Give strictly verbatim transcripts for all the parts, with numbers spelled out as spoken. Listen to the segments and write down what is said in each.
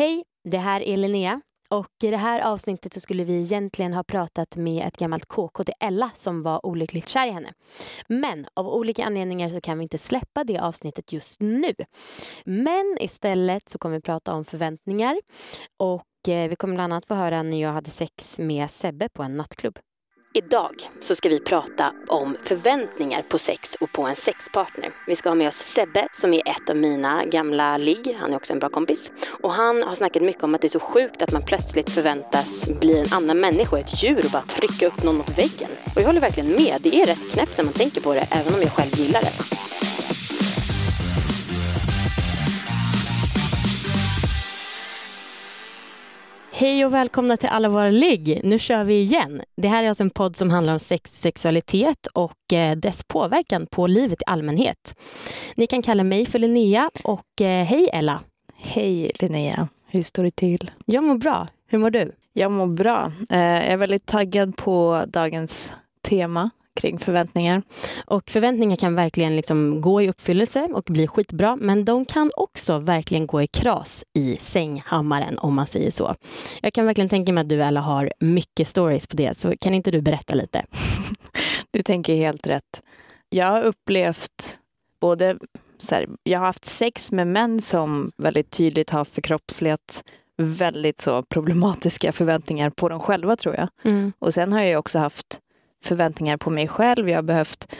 Hej, det här är Linnea. Och i det här avsnittet så skulle vi egentligen ha pratat med ett gammalt K K till Ella som var olyckligt kär i henne. Men av olika anledningar så kan vi inte släppa det avsnittet just nu. Men istället så kommer vi prata om förväntningar. Och eh, vi kommer bland annat få höra när jag hade sex med Sebbe på en nattklubb. Idag så ska vi prata om förväntningar på sex och på en sexpartner. Vi ska ha med oss Sebbe som är ett av mina gamla ligg. Han är också en bra kompis. Och han har snackat mycket om att det är så sjukt att man plötsligt förväntas bli en annan människa, ett djur och bara trycka upp någon mot väggen. Och jag håller verkligen med. Det är rätt knäppt när man tänker på det, även om jag själv gillar det. Hej och välkomna till alla våra ligg. Nu kör vi igen. Det här är alltså en podd som handlar om sex och sexualitet och dess påverkan på livet i allmänhet. Ni kan kalla mig för Linnea och hej Ella. Hej Linnea, hur står det till? Jag mår bra. Hur mår du? Jag mår bra. Jag är väldigt taggad på dagens tema kring förväntningar. Och förväntningar kan verkligen liksom gå i uppfyllelse och bli skitbra. Men de kan också verkligen gå i kras i sänghammaren, om man säger så. Jag kan verkligen tänka mig att du alla har mycket stories på det. Så kan inte du berätta lite? Du tänker helt rätt. Jag har upplevt både så här, jag har haft sex med män som väldigt tydligt har förkroppsligat väldigt så problematiska förväntningar på dem själva, tror jag. Mm. Och sen har jag också haft förväntningar på mig själv. Jag har behövt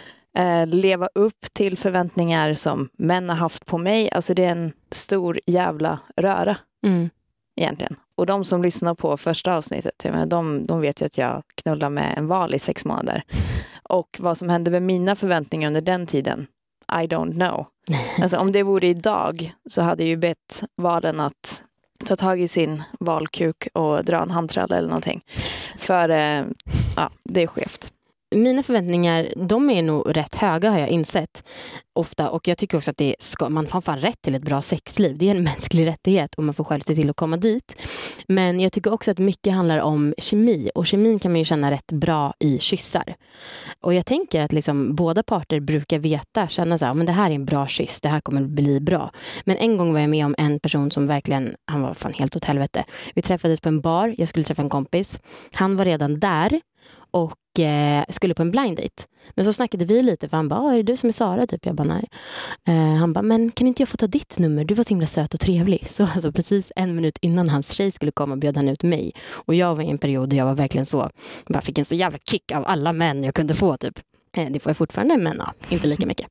eh, leva upp till förväntningar som män har haft på mig. Alltså det är en stor jävla röra mm. egentligen. Och de som lyssnar på första avsnittet, de, de vet ju att jag knullar med en val i sex månader. Och vad som hände med mina förväntningar under den tiden, I don't know. Alltså om det vore idag så hade jag ju bett valen att ta tag i sin valkuk och dra en handtrall eller någonting. För eh, ja, det är skevt. Mina förväntningar, de är nog rätt höga, har jag insett ofta. Och jag tycker också att det ska, man har fan rätt till ett bra sexliv. Det är en mänsklig rättighet och man får själv se till att komma dit. Men jag tycker också att mycket handlar om kemi. Och kemin kan man ju känna rätt bra i kyssar. Och jag tänker att liksom båda parter brukar veta, känna så här, men det här är en bra kyss, det här kommer bli bra. Men en gång var jag med om en person som verkligen, han var fan helt åt helvete. Vi träffades på en bar, jag skulle träffa en kompis. Han var redan där och eh, skulle på en blind date. Men så snackade vi lite, för han bara, är det du som är Sara? Typ. Jag bara, nej. Eh, han bara, men kan inte jag få ta ditt nummer? Du var så himla söt och trevlig. Så alltså, precis en minut innan hans tjej skulle komma bjöd han ut mig. Och jag var i en period där jag var verkligen så, bara fick en så jävla kick av alla män jag kunde få typ. Eh, det får jag fortfarande, men ja, inte lika mycket.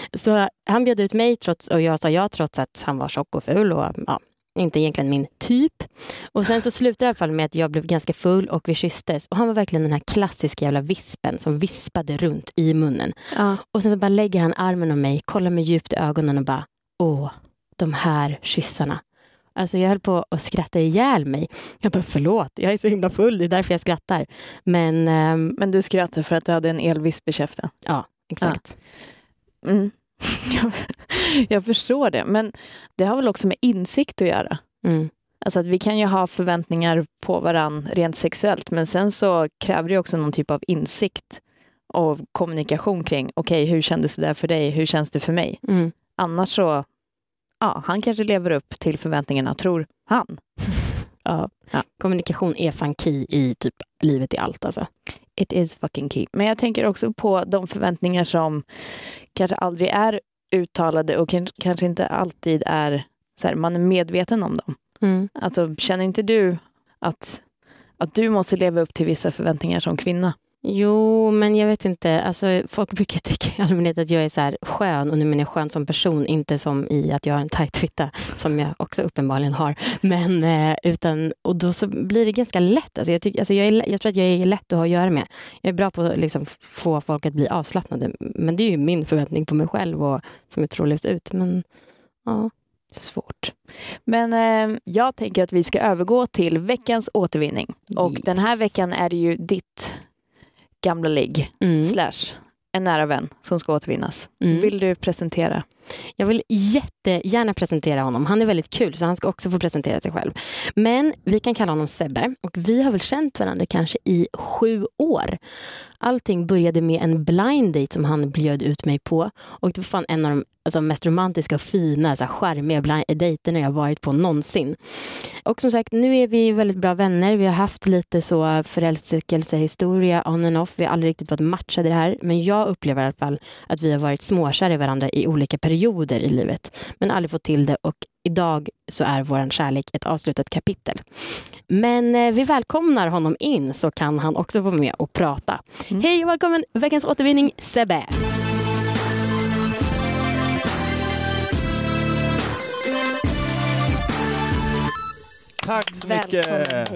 Så han bjöd ut mig trots, och jag sa ja trots att han var tjock och ful och ja, inte egentligen min typ. Och sen så slutade det i alla fall med att jag blev ganska full och vi kysstes. Och han var verkligen den här klassiska jävla vispen som vispade runt i munnen. Ja. Och sen så bara lägger han armen om mig, kollar mig djupt i ögonen och bara, åh, de här kyssarna. Alltså jag höll på att skratta ihjäl mig. Jag bara, förlåt, jag är så himla full, det är därför jag skrattar. Men, ähm, Men du skrattar för att du hade en elvisp i käften. Ja, exakt. Ja. Mm. Jag förstår det, men det har väl också med insikt att göra. Mm. Alltså att vi kan ju ha förväntningar på varann rent sexuellt, men sen så kräver det också någon typ av insikt och kommunikation kring, okej, okay, hur kändes det där för dig? Hur känns det för mig? Mm. Annars så, ja, han kanske lever upp till förväntningarna, tror han. Ja. Ja. Kommunikation är fan key i typ livet i allt alltså. It is fucking key. Men jag tänker också på de förväntningar som kanske aldrig är uttalade och k- kanske inte alltid är så här, man är medveten om dem. Mm. Alltså känner inte du att, att du måste leva upp till vissa förväntningar som kvinna? Jo, men jag vet inte. Alltså, folk brukar tycka i allmänhet att jag är så här skön, och nu menar jag skön som person, inte som i att jag har en tight fitta som jag också uppenbarligen har. Men eh, utan, och då så blir det ganska lätt. Alltså, jag, tyck, alltså, jag, är, jag tror att jag är lätt att ha att göra med. Jag är bra på att liksom, få folk att bli avslappnade. Men det är ju min förväntning på mig själv och som jag tror levs ut. Men ja, svårt. Men eh, jag tänker att vi ska övergå till veckans återvinning. Och yes. Den här veckan är det ju ditt gamla ligg mm. slash en nära vän som ska återvinnas. Mm. Vill du presentera? Jag vill jättegärna presentera honom. Han är väldigt kul så han ska också få presentera sig själv. Men vi kan kalla honom Sebbe. Och vi har väl känt varandra kanske i sju år. Allting började med en blind date som han bjöd ut mig på. Och det var fan en av de alltså, mest romantiska och fina, så här, charmiga bland dejterna jag varit på någonsin. Och som sagt, nu är vi väldigt bra vänner. Vi har haft lite så förälskelsehistoria on and off. Vi har aldrig riktigt varit matchade i det här. Men jag upplever i alla fall att vi har varit småkär i varandra i olika perioder i livet. Men aldrig fått till det, och idag så är våran kärlek ett avslutat kapitel. Men eh, vi välkomnar honom in, så kan han också vara med och prata. Mm. Hej och välkommen veckans återvinning, Sebbe. Tack så mycket.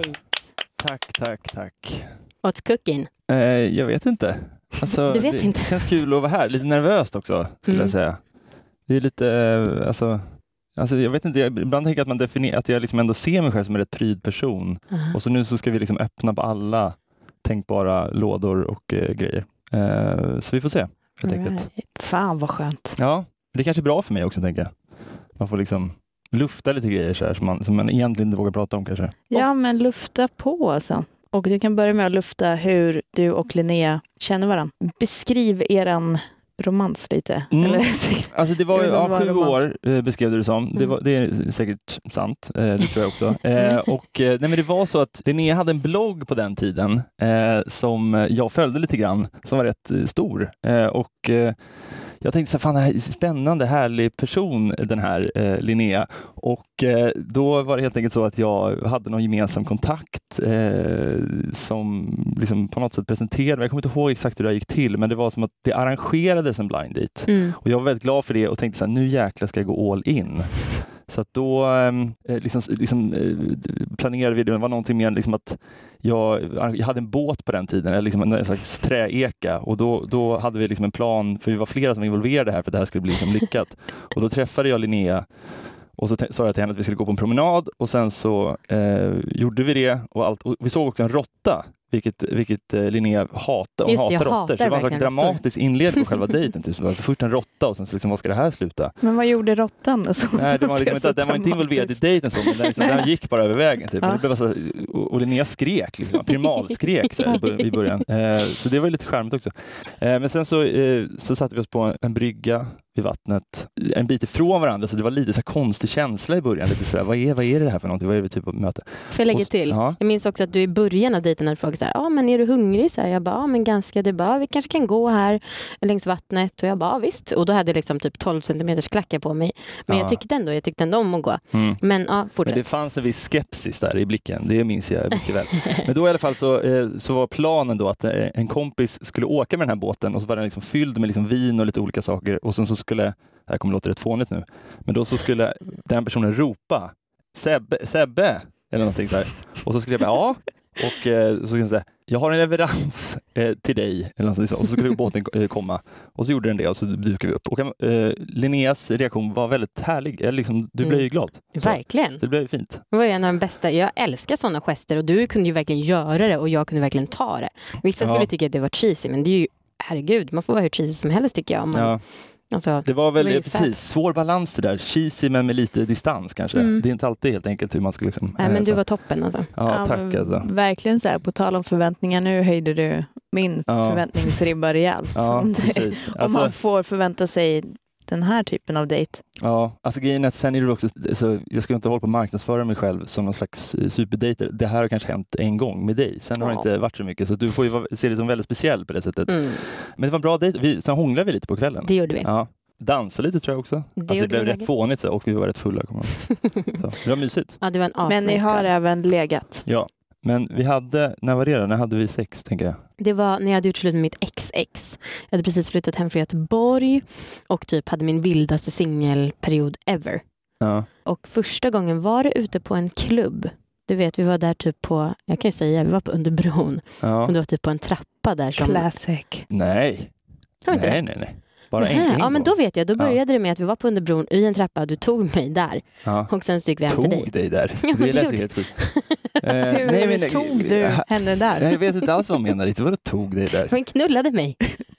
Tack, tack, tack. What's cooking? Eh, jag vet inte. Alltså, du vet det inte. känns kul att vara här. Lite nervöst också, skulle mm. jag säga. Det är lite, eh, alltså, alltså, jag vet inte. Jag, ibland tänker jag att man definierar, att jag liksom ändå ser mig själv som en rätt pryd person. Uh-huh. Och så nu så ska vi liksom öppna på alla tänkbara lådor och eh, grejer. Eh, så vi får se, helt enkelt. Right. Fan vad skönt. Ja, det är kanske bra för mig också, tänker jag. Man får liksom lufta lite grejer så här, som, man, som man egentligen inte vågar prata om kanske. Ja, men lufta på alltså. Och du kan börja med att lufta hur du och Linnea känner varandra. Beskriv eran romans lite. Mm. Eller, alltså det var ju ja, sju romans. år eh, beskrev du det som. Mm. Det, var, det är säkert sant, eh, det tror jag också. Eh, och, eh, nej, men det var så att Linnea hade en blogg på den tiden eh, som jag följde lite grann, som var rätt eh, stor. Eh, och eh, jag tänkte så här, fan, det här är spännande, härlig person, den här eh, Linnea. Och eh, då var det helt enkelt så att jag hade någon gemensam kontakt eh, som liksom på något sätt presenterade. Jag kommer inte ihåg exakt hur det gick till, men det var som att det arrangerades en blind date. Mm. Och jag var väldigt glad för det och tänkte så här, nu jäkla ska jag gå all in. Så att då eh, liksom, liksom, eh, planerade vi, det var någonting mer liksom att jag, jag hade en båt på den tiden, eller liksom en, en slags träeka, och då, då hade vi liksom en plan, för vi var flera som var involverade här för att det här skulle bli liksom lyckat. Och då träffade jag Linnea och så t- sa jag till henne att vi skulle gå på en promenad, och sen så eh, gjorde vi det, och, allt, och vi såg också en råtta. Vilket, vilket eh, Linnea hatar. Hon hatar råttor. Så det var en slags dramatisk inledning på själva dejten. Typ. Så först en råtta och sen så liksom, vad ska det här sluta? Men vad gjorde råttan? Alltså? Nej, det var liksom inte, den var inte involverad i dejten. Så, men den, liksom, den gick bara över vägen. Typ. Ja. Det blev så, och, och Linnea skrek. Liksom, primalskrek så här, i början. Eh, så det var lite charmigt också. Eh, men sen så, eh, så satte vi oss på en, en brygga vid vattnet, en bit ifrån varandra, så det var lite så här konstig känsla i början. Lite så här, vad, är, vad är det här för någonting? Vad är det för typ av möte? Får jag lägga och, till? Ja. Jag minns också att du i början av dejten hade frågat så här, ja, men är du hungrig? Så här, jag bara, ja, men ganska, det bara, vi kanske kan gå här längs vattnet. Och jag bara, visst. Och då hade jag liksom typ tolv centimeters klackar på mig. Men ja. jag tyckte ändå, jag tyckte ändå om att gå. Mm. Men ja, fortsätt. Men det fanns en viss skepsis där i blicken, det minns jag mycket väl. Men då i alla fall så, så var planen då att en kompis skulle åka med den här båten, och så var den liksom fylld med liksom vin och lite olika saker, och sen så skulle, det här kommer låta rätt fånigt nu, men då så skulle den personen ropa Sebbe, Sebbe eller någonting så här. Och så skulle jag bara, ja. Och eh, så skulle jag säga, jag har en leverans eh, till dig. Eller något sånt, och så skulle båten eh, komma. Och så gjorde den det, och så dukade vi upp. Och eh, Linneas reaktion var väldigt härlig. Jag, liksom, du blev ju glad. Så, verkligen. Det blev fint. Det var en av de bästa. Jag älskar sådana gester, och du kunde ju verkligen göra det, och jag kunde verkligen ta det. Vissa skulle ja. tycka att det var cheesy, men det är ju, herregud, man får vara hur cheesy som helst, tycker jag. Om man, ja. Alltså, det var väl det var precis svår balans det där, cheesy men med lite distans kanske. Mm. Det är inte alltid helt enkelt hur man ska liksom. Nej, men du var toppen alltså. Ja, ja, tack alltså. Verkligen så här, på tal om förväntningar, nu höjde du min ja. förväntningsribba rejält. Ja, precis. Om alltså, man får förvänta sig den här typen av dejt. Ja, alltså grejen är att sen är det också, alltså, jag ska inte hålla på att marknadsföra mig själv som någon slags superdejter. Det här har kanske hänt en gång med dig. Sen har ja. det inte varit så mycket, så du får ju se det som väldigt speciellt på det sättet. Mm. Men det var en bra dejt. Vi, sen hånglade vi lite på kvällen. Det gjorde vi. Ja. Dansa lite tror jag också. Det, alltså, det blev rätt fånigt så, och vi var rätt fulla. Så, det var mysigt. Ja, det var en Men ni har även legat. Ja, men vi hade, när var det då? När hade vi sex, tänker jag? Det var när jag hade gjort slut med mitt ex-ex. Jag hade precis flyttat hem från Göteborg och typ hade min vildaste singelperiod ever. Ja. Och första gången var det ute på en klubb. Du vet, vi var där typ på, jag kan ju säga, vi var på Underbron. Ja. Och det var typ på en trappa där som... Classic. Nej. Nej, nej, nej, nej. Bara en, en ja, men då vet jag. Då började ja. det med att vi var på Underbron i en trappa. Du tog mig där. Ja. Och sen gick vi hem till dig. Tog dig där? Ja, det lät helt sjukt. uh, Hur nej, men, tog du henne där? Jag vet inte alls vad man menar. Det var du tog dig där. Hon knullade mig.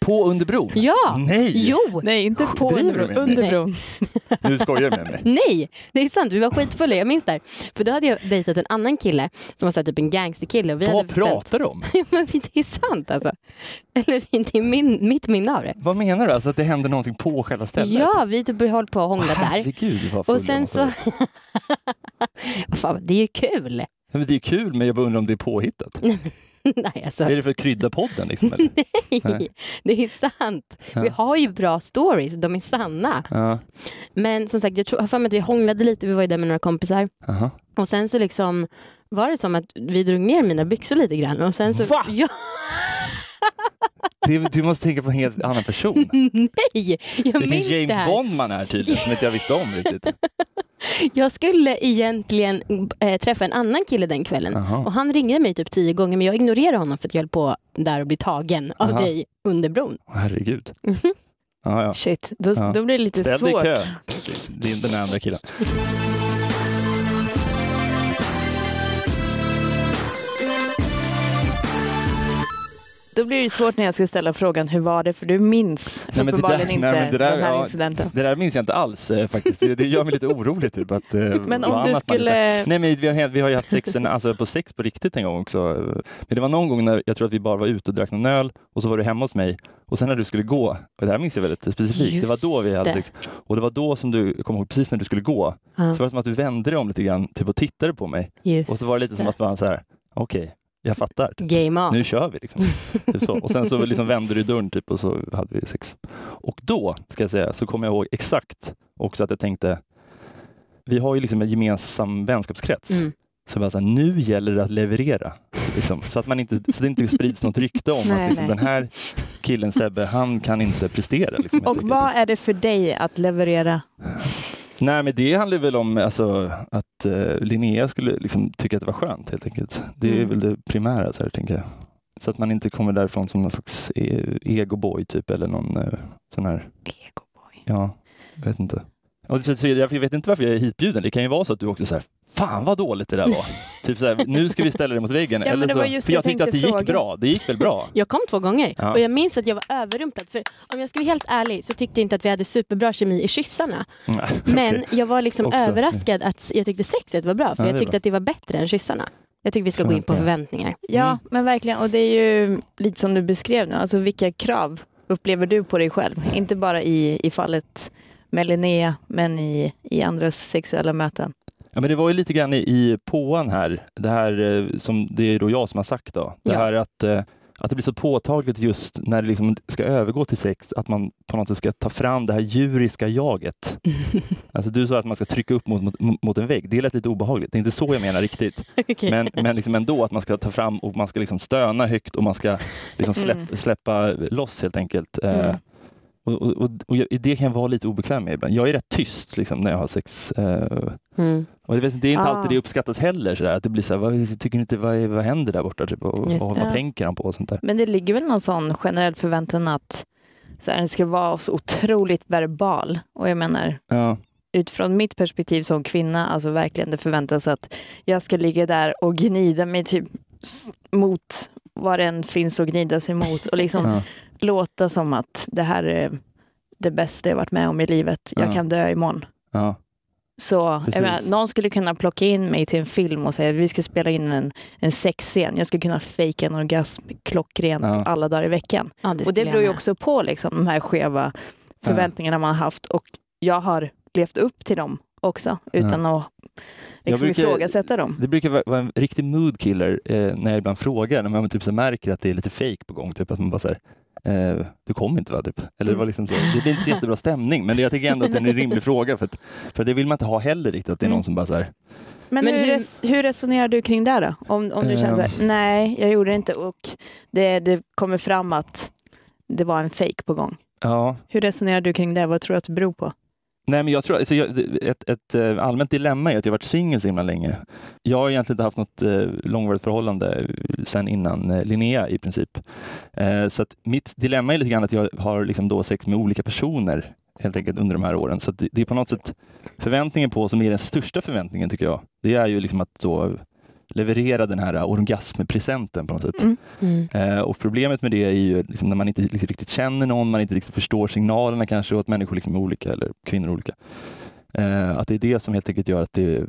På under bron? Ja! Nej! Jo! Nej, inte på Driver under, du med under mig? bron. Du skojar med mig. Nej, det är sant. Vi var skitfulla, jag minns där. För då hade jag dejtat en annan kille som var så här, typ en gangsterkille. Och vi Vad hade bestämt... pratar du om? Men det är sant alltså. Eller inte min, mitt minne av det. Vad menar du? Alltså att det händer någonting på själva stället? Ja, vi typ höll på att hångla där. Herregud, vad fulla Och sen måste så... Fan, det är ju kul. vara. Men det är ju kul, men jag bara undrar om det är påhittat. Nej, alltså. Är det för att krydda podden? Liksom, eller? Nej, Nej. det är sant. Ja. Vi har ju bra stories, de är sanna. Ja. Men som sagt, jag tror jag har för mig att vi hånglade lite, vi var ju där med några kompisar. Aha. Och sen så liksom var det som att vi drog ner mina byxor lite grann. Och sen så... Va? Ja, Det, du måste tänka på en helt annan person. nej, jag Vilken minns det James här. Bond man är tydligen, som inte jag visste om riktigt. Jag skulle egentligen äh, träffa en annan kille den kvällen. Aha. Och han ringde mig typ tio gånger, men jag ignorerade honom för att jag höll på där och bli tagen av Aha. dig under bron. Herregud. Mhm. Ja, ja. Shit, då, Ja. då blir det lite Ställ dig i svårt. kö. Det är den andra killen. Då blir det svårt när jag ska ställa frågan, hur var det? För du minns Nej, men det uppenbarligen där- inte nej, men det där- den här ja, incidenten. Det där minns jag inte alls eh, faktiskt. Det det gör mig lite orolig typ. Att, eh, Men vad om du annat man skulle... inte- Nej, men vi, har, vi har ju haft sex, en- alltså, på sex på riktigt en gång också. Men det var någon gång när jag tror att vi bara var ute och drack någon öl och så var du hemma hos mig och sen när du skulle gå, och det här minns jag väldigt specifikt, Just det var då vi hade det. sex och det var då som du kom ihåg precis när du skulle gå, Ja, så var det som att du vände dig om lite grann typ, och tittade på mig just och så var det lite som att man så här, okej, jag fattar. Game on. Nu kör vi liksom. Typ så. Och sen så liksom vände du dörren typ och så hade vi sex. Och då, ska jag säga, så kommer jag ihåg exakt också att jag tänkte, vi har ju liksom en gemensam vänskapskrets. Mm. Så bara så här, nu gäller det att leverera. Liksom, så att man inte, så det inte sprids något rykte om Nej, att liksom, nej. den här killen Sebbe, han kan inte prestera. Liksom, helt Och enkelt. vad är det för dig att leverera? Nej, men det handlar väl om alltså, att uh, Linnea skulle liksom, tycka att det var skönt helt enkelt. Det är Mm. väl det primära så här, tänker jag. Så att man inte kommer därifrån som någon slags e- egoboy typ eller någon uh, sån här, Egoboy. ja, jag vet inte. Och så, så, jag vet inte varför jag är hitbjuden. Det kan ju vara så att du också säger, fan vad dåligt det där var. Typ så här, nu ska vi ställa det mot väggen. Ja, men eller det så, var just för det jag jag tyckte att det tänkte gick fråga. bra. Det gick väl bra? Jag kom två gånger Ja. och jag minns att jag var överrumplad. För om jag ska vara helt ärlig så tyckte jag inte att vi hade superbra kemi i kyssarna. Mm, Men okej. jag var liksom Också. överraskad att jag tyckte sexet var bra. För Ja, det jag är tyckte bra. att det var bättre än kyssarna. Jag tycker vi ska gå in på Okej. förväntningar. Ja, Mm. men verkligen. Och det är ju lite som du beskrev nu. Alltså vilka krav upplever du på dig själv? Inte bara i, i fallet med Linnea, men i, i andra sexuella möten. Ja, men det var ju lite grann i, i påan här, det här eh, som det är då jag som har sagt då. Det Ja. här att, eh, att det blir så påtagligt just när det liksom ska övergå till sex, att man på något sätt ska ta fram det här djuriska jaget. Alltså du sa att man ska trycka upp mot, mot, mot en vägg. Det lät lite obehagligt. Det är inte så jag menar riktigt. Okej. Men, men liksom ändå att man ska ta fram och man ska liksom stöna högt och man ska liksom släpp, Mm. släppa loss helt enkelt. Eh, Mm. och, och, och, och jag- det kan jag vara lite obekväm med ibland. Jag är rätt tyst liksom, när jag har sex. Eh, Mm. och det, vet, det är inte Ah. alltid det uppskattas heller. Sådär, att det blir så här, vad, tycker ni inte, vad, är- vad händer där borta? Typ, och, Just och det. vad tänker han på? Och sånt där. Men det ligger väl någon sån generell förväntan att så här, den ska vara så otroligt verbal. Och jag menar, Ja. utifrån mitt perspektiv som kvinna, alltså verkligen det förväntas att jag ska ligga där och gnida mig typ s- mot vad det än finns att gnida sig mot och liksom Ja. låta som att det här är det bästa jag varit med om i livet. Jag Ja. kan dö imorgon. Ja. Så Precis. jag menar, någon skulle kunna plocka in mig till en film och säga att vi ska spela in en, en sexscen. Jag skulle kunna fejka en orgasm klockrent Ja. alla dagar i veckan. Ja, Och det skulle beror ju jag med. också på liksom, de här skeva förväntningarna man har haft. Och jag har levt upp till dem också utan att liksom brukar- ifrågasätta dem. Det brukar vara- vara en riktig moodkiller eh, när jag ibland frågar, när man typ så märker att det är lite fake på gång. Typ, att man bara säger eh, du kommer inte va? Typ. Eller det, var liksom så. Det blir inte så jättebra stämning, men jag tycker ändå att det är en rimlig fråga. För, att, för det vill man inte ha heller riktigt, att det är någon Mm. som bara så här, Men, Men hur, hur- res, hur resonerar du kring det då? Om, om du Eh. känner så här, nej jag gjorde det inte och det, det kommer fram att det var en fake på gång. ja. Hur resonerar du kring det? Vad tror du att det beror på? Nej, men jag tror, alltså, jag, ett, ett eh, allmänt dilemma är att jag har varit singel så himla länge. Jag har egentligen inte haft något eh, långvarigt förhållande sen innan eh, Linnea i princip. Eh, så att mitt dilemma är lite grann att jag har liksom då sex med olika personer helt enkelt under de här åren. Så att det, det är på något sätt förväntningen på, som är den största förväntningen tycker jag, det är ju liksom att då leverera den här orgasmpresenten på något sätt. Mm. Mm. Eh, och problemet med det är ju liksom när man inte liksom riktigt känner någon, man inte liksom förstår signalerna kanske, och att människor liksom är olika, eller kvinnor är olika. Eh, att det är det som helt enkelt gör att det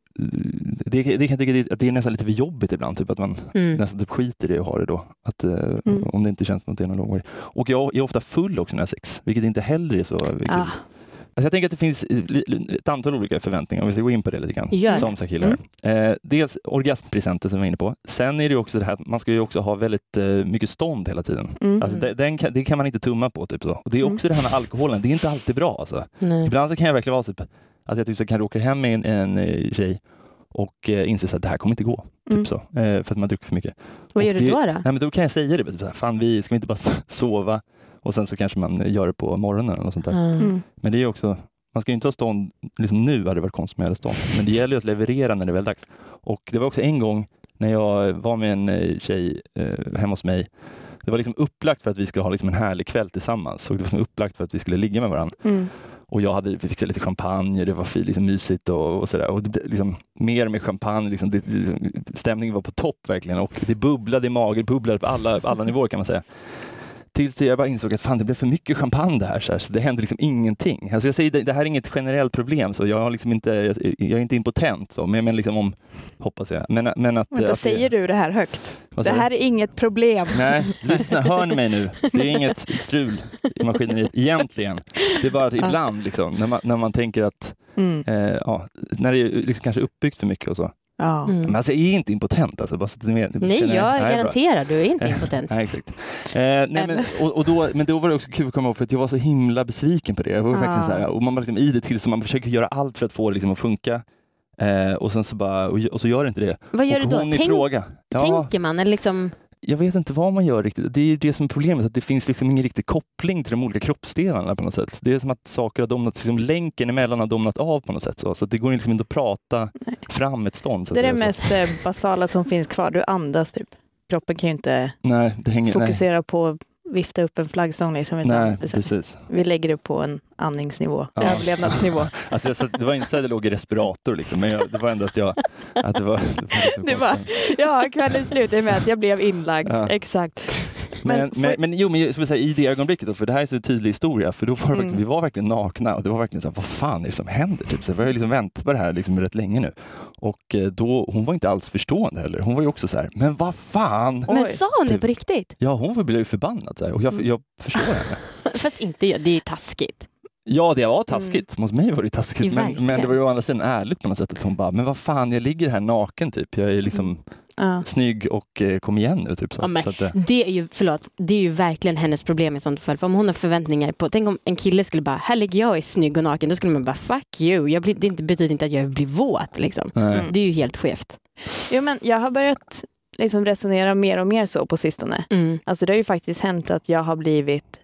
Det, det kan jag tycka att det är nästan lite för jobbigt ibland, typ att man Mm. nästan typ skiter i det och har det då. Att, eh, Mm. Om det inte känns som att det är någon långvarig. Och jag är ofta full också när jag har sex, vilket inte heller är så kul. Ah. Alltså jag tänker att det finns ett antal olika förväntningar, om vi ska gå in på det lite grann. Gör. Som sagt, killar. Mm. Eh, dels orgasmpresenter som vi var inne på. Sen är det också det här att man ska ju också ha väldigt eh, mycket stånd hela tiden. Mm. Alltså det, den kan, det kan man inte tumma på. Typ så. Och det är också mm. det här med alkoholen. Det är inte alltid bra. Alltså. Ibland så kan jag verkligen vara typ, att jag typ så kan råka hem med en, en tjej och eh, inser att det här kommer inte gå. Typ Mm. så, eh, för att man dricker för mycket. Vad och gör det, du då? då? Nej, men då kan jag säga det. Typ så här, fan, vi ska vi inte bara sova och sen så kanske man gör det på morgonen eller något sånt där. Mm. Men det är också, man ska ju inte ha stånd, liksom nu hade det varit konstigt med jag hade stånd. Men det gäller ju att leverera när det är väl dags. Och det var också en gång när jag var med en tjej eh, hemma hos mig. Det var liksom upplagt för att vi skulle ha liksom en härlig kväll tillsammans. Och det var liksom upplagt för att vi skulle ligga med varandra. Mm. Och jag hade fixat lite champagne, det var liksom mysigt och, och sådär. Och det, liksom, mer med champagne, liksom, det, det, stämningen var på topp verkligen. Och det bubblade i magen, bubblade på alla, på alla nivåer kan man säga. Tills jag bara insåg att fan, det blev för mycket champagne det här, så, här, så det hände liksom ingenting. Alltså jag säger, det, det här är inget generellt problem, så jag, har liksom inte, jag, jag är inte impotent, så, men, men liksom om, hoppas jag. Men, men att, Vänta, att säger det, du det här högt? Vad Det säger här är inget problem. Nej, lyssna, hör ni mig nu? Det är inget strul i maskineriet egentligen. Det är bara att ibland, liksom, när, man, när man tänker att Mm. eh, ja, när det är liksom kanske uppbyggt för mycket och så. Ja. Mm. Men alltså, jag är inte impotent. Alltså, bara så att ni vet. Nej, Känner- jag Nej, garanterar, du är inte impotent. Nej, exakt. Eh, nej, men, och, och då, men då var det också kul att komma ihåg, för att jag var så himla besviken på det. Jag var Ah. faktiskt så här, och man var liksom i det till, så man försöker göra allt för att få det liksom att funka. Eh, och sen så bara, och, och så gör det inte det. Vad gör och du då? hon i Tänk, fråga. Ja, tänker man? Eller liksom, jag vet inte vad man gör riktigt. Det är det som är problemet, att det finns liksom ingen riktig koppling till de olika kroppsdelarna på något sätt. Det är som att saker har domnat, liksom länken emellan har domnat av på något sätt. Så, så att det går liksom inte att prata Nej. fram ett stånd. Så Det är att det så. mest eh, basala som finns kvar. Du andas typ. Kroppen kan ju inte Nej, det hänger, fokusera på att vifta upp en flaggstång. Liksom, nej, utan nej, det är så- precis. vi lägger det på en andningsnivå, Ja. överlevnadsnivå. Alltså, jag, så det var inte så att det låg i respirator, liksom, men jag, det var ändå att jag... Att det var, det var liksom Det var, ja, kvällen slutade med att jag blev inlagd. Ja. Exakt. Men, Men men, får- men, jo, men jag skulle säga, i det ögonblicket då, för det här är så en tydlig historia, för då var det Mm. faktiskt, vi var verkligen nakna och det var verkligen så här, vad fan är det som händer? Typ. Så jag har ju liksom väntat på det här liksom rätt länge nu. Och eh, då, hon var inte alls förstående heller. Hon var ju också så här, men vad fan? Oj. men sa hon det Typ. på riktigt? Ja, hon blev ju förbannad så här, och jag, jag förstår henne. Fast inte jag, det är ju taskigt. Ja, det var taskigt. Mot mig var det taskigt. Ja, Men, verkligen. men det var ju å andra sidan ärligt på något sätt. Att hon bara, men vad fan, jag ligger här naken typ. Jag är liksom Ja. snygg och eh, kom igen nu. Typ så. Ja, men så att, eh, det är ju, förlåt, det är ju verkligen hennes problem i sånt fall. För om hon har förväntningar på, tänk om en kille skulle bara, här ligger jag och är snygg och naken, då skulle man bara, fuck you. Jag blir, det inte, betyder inte att jag blir våt liksom. nej. Mm. Det är ju helt skevt. Jo, men jag har börjat liksom resonera mer och mer så på sistone. Mm. Alltså det har ju faktiskt hänt att jag har blivit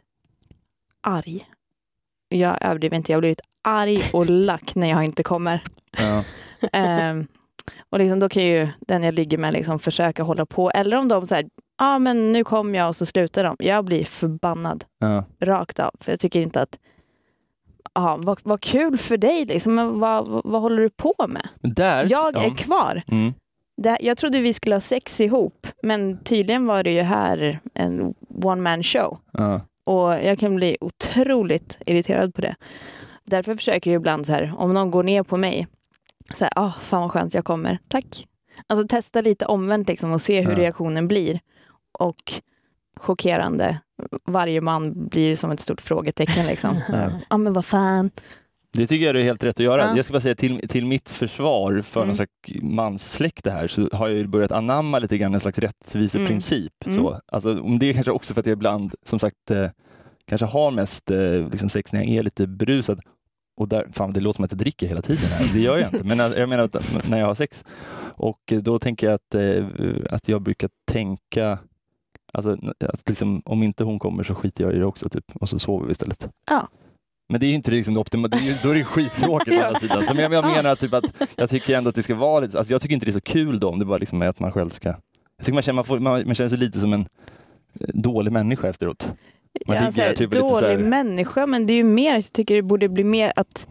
arg. Jag överdriver inte, jag har blivit arg och lack när jag inte kommer. Ja. Ehm, och liksom, då kan ju den jag ligger med liksom försöka hålla på. Eller om de säger, ja ah, men nu kommer jag och så slutar de. Jag blir förbannad Ja. rakt av. För jag tycker inte att, ja, vad, vad kul för dig liksom. Men vad, vad, vad håller du på med? Men där, Jag ja. är kvar. Mm. Det, jag trodde vi skulle ha sex ihop. Men tydligen var det ju här en one man show. Ja. Och jag kan bli otroligt irriterad på det. Därför försöker jag ibland så här, om någon går ner på mig, så här, ah, fan vad skönt jag kommer, tack. Alltså testa lite omvänt liksom och se hur Ja. reaktionen blir. Och chockerande, varje man blir ju som ett stort frågetecken liksom. Ja, ah, men vad fan. Det tycker jag är helt rätt att göra. Ja. Jag ska bara säga till, till mitt försvar för Mm. någon slags manssläkte här, så har jag ju börjat anamma lite grann en slags rättviseprincip. Mm. Så. Alltså, om det är kanske också för att jag ibland, som sagt, eh, kanske har mest eh, liksom sex när jag är lite berusad. Och där, fan, det låter som att jag dricker hela tiden här. Det gör jag inte. Men jag menar att när jag har sex. Och eh, då tänker jag att, eh, att jag brukar tänka, alltså, att liksom, om inte hon kommer så skiter jag i det också. Typ, och så sover vi istället. Ja. Men det är ju inte liksom det optimala, det är ju, då är det skittråkigt å andra sidan. Så jag, jag menar typ att jag tycker ändå att det ska vara lite, alltså jag tycker inte det är så kul då om det bara liksom är att man själv ska, jag tycker man känner, man, får, man, man känner sig lite som en eh, dålig människa efteråt. Man Ja, ligger så här, typ lite så dålig här- människa, men det är ju mer, jag tycker det borde bli mer att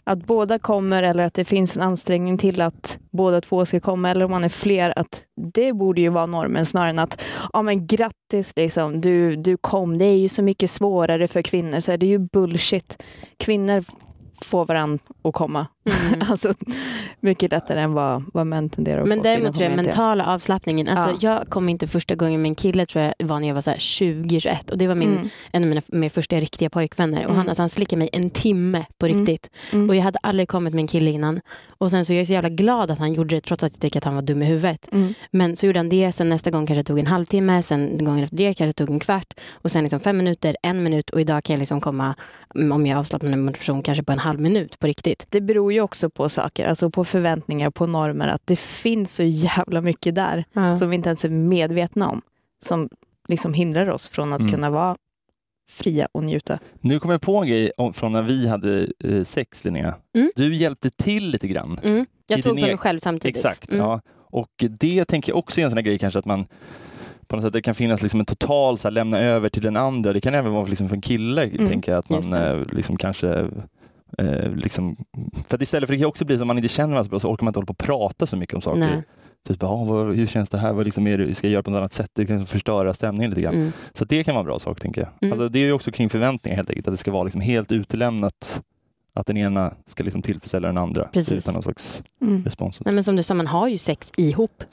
att båda kommer eller att det finns en ansträngning till att båda två ska komma eller om man är fler, att det borde ju vara normen snarare än att ja men grattis liksom, du, du kom, det är ju så mycket svårare för kvinnor, så är det ju bullshit. Kvinnor får varandra att komma. Mm. Alltså mycket lättare än vad, vad män tenderar att men få. Men däremot tror jag mentala avslappningen, alltså ja. jag kom inte första gången med en kille tror jag var när jag var så här tjugo tjugoett och det var min, mm. en av mina mer första riktiga pojkvänner och mm. han, alltså, han slickade mig en timme på riktigt mm. Mm. och jag hade aldrig kommit med en kille innan och sen så jag är så jävla glad att han gjorde det trots att jag tycker att han var dum i huvudet mm. men så gjorde han det, sen nästa gång kanske det tog en halvtimme, sen gången efter det kanske det tog en kvart och sen liksom fem minuter, en minut och idag kan jag liksom komma om jag avslappnar en person kanske på en halv minut på riktigt. Det beror ju också på saker, alltså på förväntningar, på normer, att det finns så jävla mycket där ja. som vi inte ens är medvetna om, som liksom hindrar oss från att mm. kunna vara fria och njuta. Nu kommer jag på en grej om, från när vi hade eh, sex, Linnea. Mm. Du hjälpte till lite grann. Mm. Jag tog på mig själv samtidigt. Exakt, mm. ja. Och det tänker jag också är en sån här grej kanske att man på något sätt, det kan finnas liksom en total så här, lämna över till den andra. Det kan även vara liksom för en kille, mm. tänker jag, att man eh, liksom kanske eh, liksom, för att istället för det kan också bli så att man inte känner varandra så orkar man inte hålla på att prata så mycket om saker. Nej. Typ, ah, vad, hur känns det här? Vad liksom är det, ska jag göra på något annat sätt? Det kan liksom förstöra stämningen lite grann. Mm. Så det kan vara en bra sak, tänker jag. Mm. Alltså, det är ju också kring förväntningar helt enkelt. Att det ska vara liksom helt utelämnat att den ena ska liksom tillfredsställa den andra. Precis. Utan någon slags mm. respons. Nej, men som du sa, man har ju sex ihop.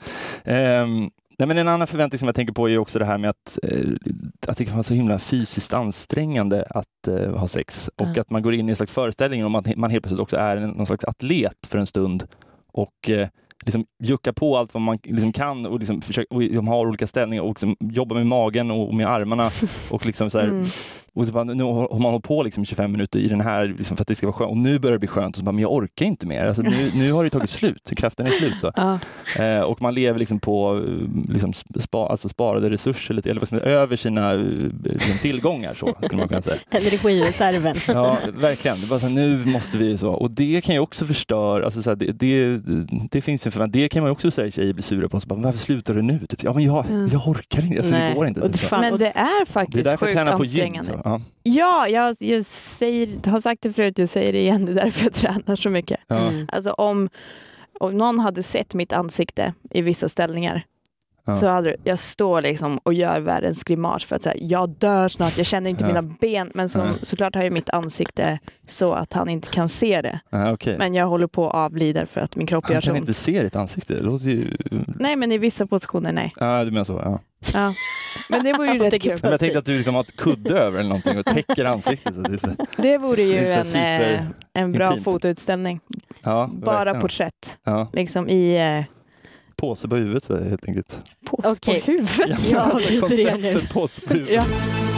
Um, nej, men en annan förväntning som jag tänker på är ju också det här med att, eh, att det kan vara så himla fysiskt ansträngande att eh, ha sex. Och mm. att man går in i en slags föreställning om att man helt plötsligt också är en, någon slags atlet för en stund. Och eh, liksom jucka på allt vad man liksom kan och, liksom försöka, och de har olika ställningar och liksom jobba med magen och med armarna och liksom så här, mm. och så bara, nu har man hållit på liksom tjugofem minuter i den här liksom för att det ska vara skönt och nu börjar det bli skönt och så bara, men jag orkar inte mer, alltså, nu, nu har det tagit slut, kraften är slut så. Ja. Eh, och man lever liksom på liksom spa, alltså sparade resurser lite, eller vad som är över sina liksom, tillgångar så skulle man kunna säga. Energireserven. Ja, verkligen. Det är bara så här, nu måste vi så, och det kan ju också förstöra, alltså så här, det, det, det finns ju för det kan man ju också säga att tjejer blir sura på, så bara, varför slutar du nu? Typ, ja men jag, mm. jag orkar inte, alltså, det går inte. Typ. Fan, men det är faktiskt det är sjukt ansträngande. På gym, ja, ja jag, jag säger, har sagt det förut, jag säger det igen, det är därför jag tränar så mycket. Ja. Mm. Alltså om, om någon hade sett mitt ansikte i vissa ställningar ja. så hade jag står liksom och gör världens grimas för att säga, jag dör snart, jag känner inte ja. mina ben, men som, ja. såklart har jag mitt ansikte så att han inte kan se det. Ja, okay. Men jag håller på att avlida för att min kropp han gör så. Han kan inte se ditt ansikte, det låter ju... Nej, men i vissa positioner, nej. Ja, du menar så, ja. Ja. Men det vore ju rätt kul. Jag tänkte att du liksom har ett kudde över eller någonting och täcker ansiktet. Så det, det vore ju en, super, en bra intimt. fotoutställning. Ja, bara verkligen. Porträtt. Ja. Liksom i... Eh... Påse på huvudet helt enkelt. Påse okay. på huvudet? Ja, ja alltså, konceptet påse på huvudet. Ja.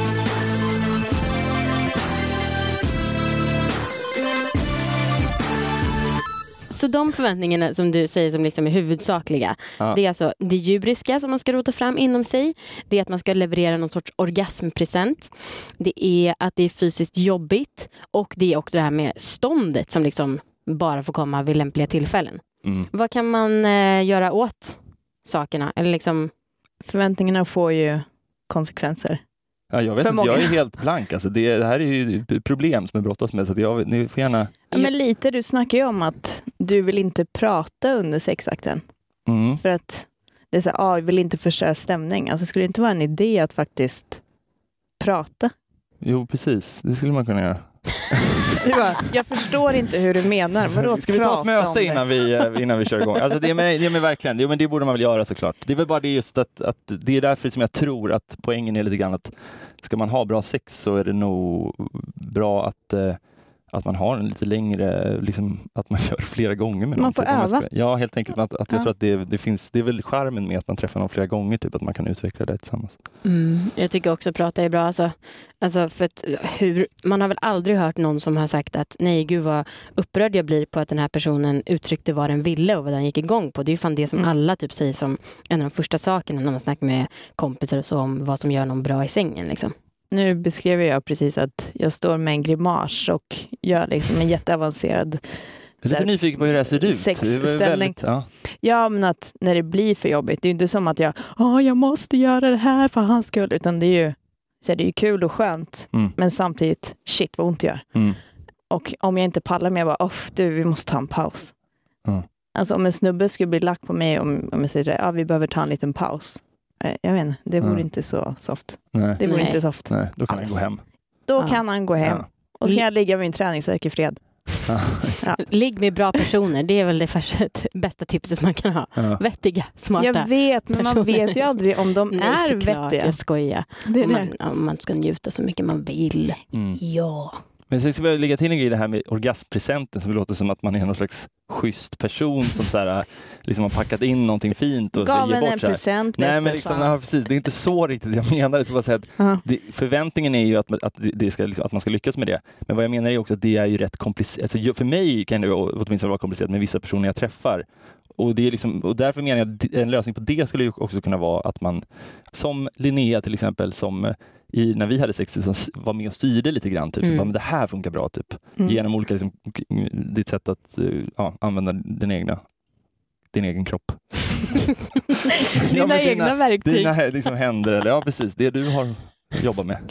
Så de förväntningarna som du säger som liksom är huvudsakliga, ja. det är alltså det djuriska som man ska rota fram inom sig. Det är att man ska leverera någon sorts orgasmpresent. Det är att det är fysiskt jobbigt. Och det är också det här med ståndet som liksom bara får komma vid lämpliga tillfällen. Mm. Vad kan man eh, göra åt sakerna? Eller liksom... Förväntningarna får ju konsekvenser. Ja, jag vet inte, jag är helt blank. Alltså det, det här är ju problem som jag brottas med. Så att jag, ni får gärna... Ja, men lite, du snackar ju om att du vill inte prata under sexakten. Mm. För att det är så här, ah, jag vill inte förstöra stämning. Alltså skulle det inte vara en idé att faktiskt prata? Jo, precis. Det skulle man kunna göra. Bara, jag förstår inte hur du menar. Vadå, ska vi ta ett möte innan vi, innan vi kör igång? Alltså det, är med, det är med verkligen, det, men det borde man väl göra såklart. Det är väl bara det just att, att det är därför som jag tror att poängen är lite grann att ska man ha bra sex så är det nog bra att, att man har en lite längre, liksom, att man gör flera gånger med någon. Man får öva. Ska, ja, helt enkelt. Att, att jag ja. tror att det, det finns, det är väl charmen med att man träffar någon flera gånger, typ att man kan utveckla det tillsammans. Mm, jag tycker också att prata är bra. Alltså, alltså för att hur, man har väl aldrig hört någon som har sagt att nej, gud vad upprörd jag blir på att den här personen uttryckte vad den ville och vad den gick igång på. Det är ju fan det som mm. alla typ säger som en av de första sakerna när man snackar med kompisar och så om vad som gör någon bra i sängen liksom. Nu beskrev jag precis att jag står med en grimas och gör liksom en jätteavancerad jag är lite nyfiken på hur det ser ut. Sexställning. Ja. ja, men att när det blir för jobbigt, det är ju inte som att jag oh, jag måste göra det här för hans skull, utan det är ju, så är det ju kul och skönt, mm. men samtidigt, shit vad ont det gör. Mm. Och om jag inte pallar med, jag bara, off, du, vi måste ta en paus. Mm. Alltså om en snubbe skulle bli lack på mig, om, om jag säger ja, vi behöver ta en liten paus. Jag vet inte, det vore mm. inte så soft. Nej. Det vore Nej. inte soft. Nej, då kan alls. han gå hem. Då Ja. kan han gå hem. Ja. Och så kan jag ligga vid min träningsvärk i fred. Ja. Ligg med bra personer, det är väl det första, bästa tipset man kan ha. Ja. Vettiga, smarta Jag vet, men man personer. vet ju aldrig om de Nej, är såklart, vettiga. jag skojar. Det är Om det. man, om man ska njuta så mycket man vill. Mm. Ja. Men sen ska vi lägga till en grej, det här med orgasmpresenten, som låter som att man är någon slags schysst person som så här, liksom har packat in någonting fint och Gav ger en bort en så här. present. Nej, men vet du, liksom, fan. ja, precis, det är inte så riktigt jag menar. Det, bara säga att Ja. det, förväntningen är ju att, att, det ska, liksom, att man ska lyckas med det. Men vad jag menar är också att det är ju rätt komplicerat. Alltså, för mig kan det åtminstone vara komplicerat med vissa personer jag träffar. Och, det är liksom, och därför menar jag att en lösning på det skulle ju också kunna vara att man, som Linnea till exempel, som i, när vi hade sex var med och styrde lite grann. Typ, Mm. så bara, men det här funkar bra. Typ. Mm. Genom olika, liksom, ditt sätt att ja, använda din egna din egen kropp. Dina Ja, men egna dina, verktyg. dina liksom händer, eller ja precis, det du har jobbat med.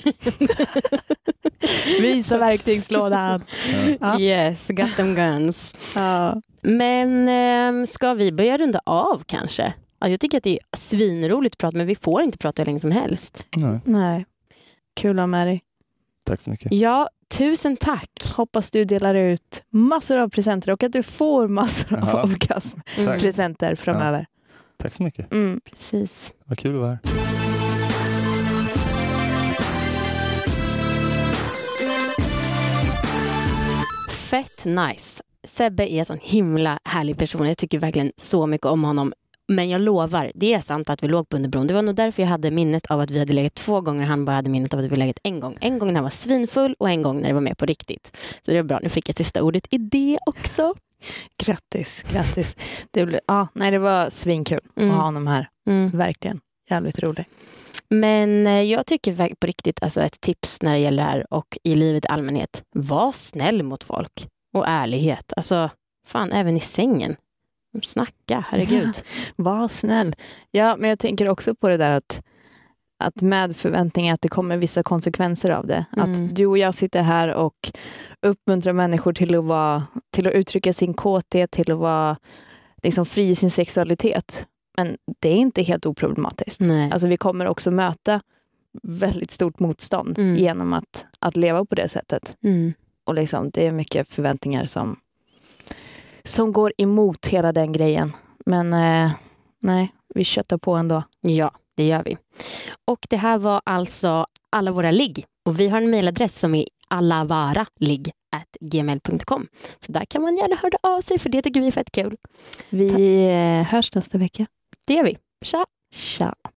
Visa verktygslådan. Ja. Ja. Yes, got them guns. Ja. Men eh, ska vi börja runda av kanske? Ja, jag tycker att det är svinroligt att prata, men vi får inte prata hur länge som helst. Nej, Nej. Kul att ha med dig. tack så mycket. Ja, tusen tack. Hoppas du delar ut massor av presenter och att du får massor av Jaha. orgasmpresenter framöver. Tack så mycket. Mm. Precis. Vad kul att vara här. Fett nice. Sebbe är en sån himla härlig person. Jag tycker verkligen så mycket om honom. Men jag lovar, det är sant att vi låg på underbron. Det var nog därför jag hade minnet av att vi hade legat två gånger. Han bara hade minnet av att vi legat en gång. En gång när han var svinfull och en gång när det var med på riktigt. Så det är bra, nu fick jag sista ordet i det också. Grattis, grattis. Det, blev, ja, nej, det var svinkul Mm. att ha honom här. Mm. Verkligen. Jävligt roligt. Men eh, jag tycker ver- på riktigt, alltså ett tips när det gäller det här och i livet i allmänhet. Var snäll mot folk. Och ärlighet. Alltså, fan, även i sängen. Snacka, herregud. Var snäll. Ja, men jag tänker också på det där att, att med förväntningar att det kommer vissa konsekvenser av det. Mm. Att du och jag sitter här och uppmuntrar människor till att, vara, till att uttrycka sin kåthet, till att vara liksom fri i sin sexualitet. Men det är inte helt oproblematiskt. Nej. Alltså vi kommer också möta väldigt stort motstånd Mm. genom att, att leva på det sättet. Mm. Och liksom, det är mycket förväntningar som, som går emot hela den grejen. Men eh, nej, vi köttar på ändå. Ja, det gör vi. Och det här var alltså alla våra ligg. Och vi har en mejladress som är allavaraligg at gmail punkt com. Så där kan man gärna höra av sig, för det tycker vi är fett kul. Vi eh, hörs nästa vecka. Det gör vi. Tja! Tja!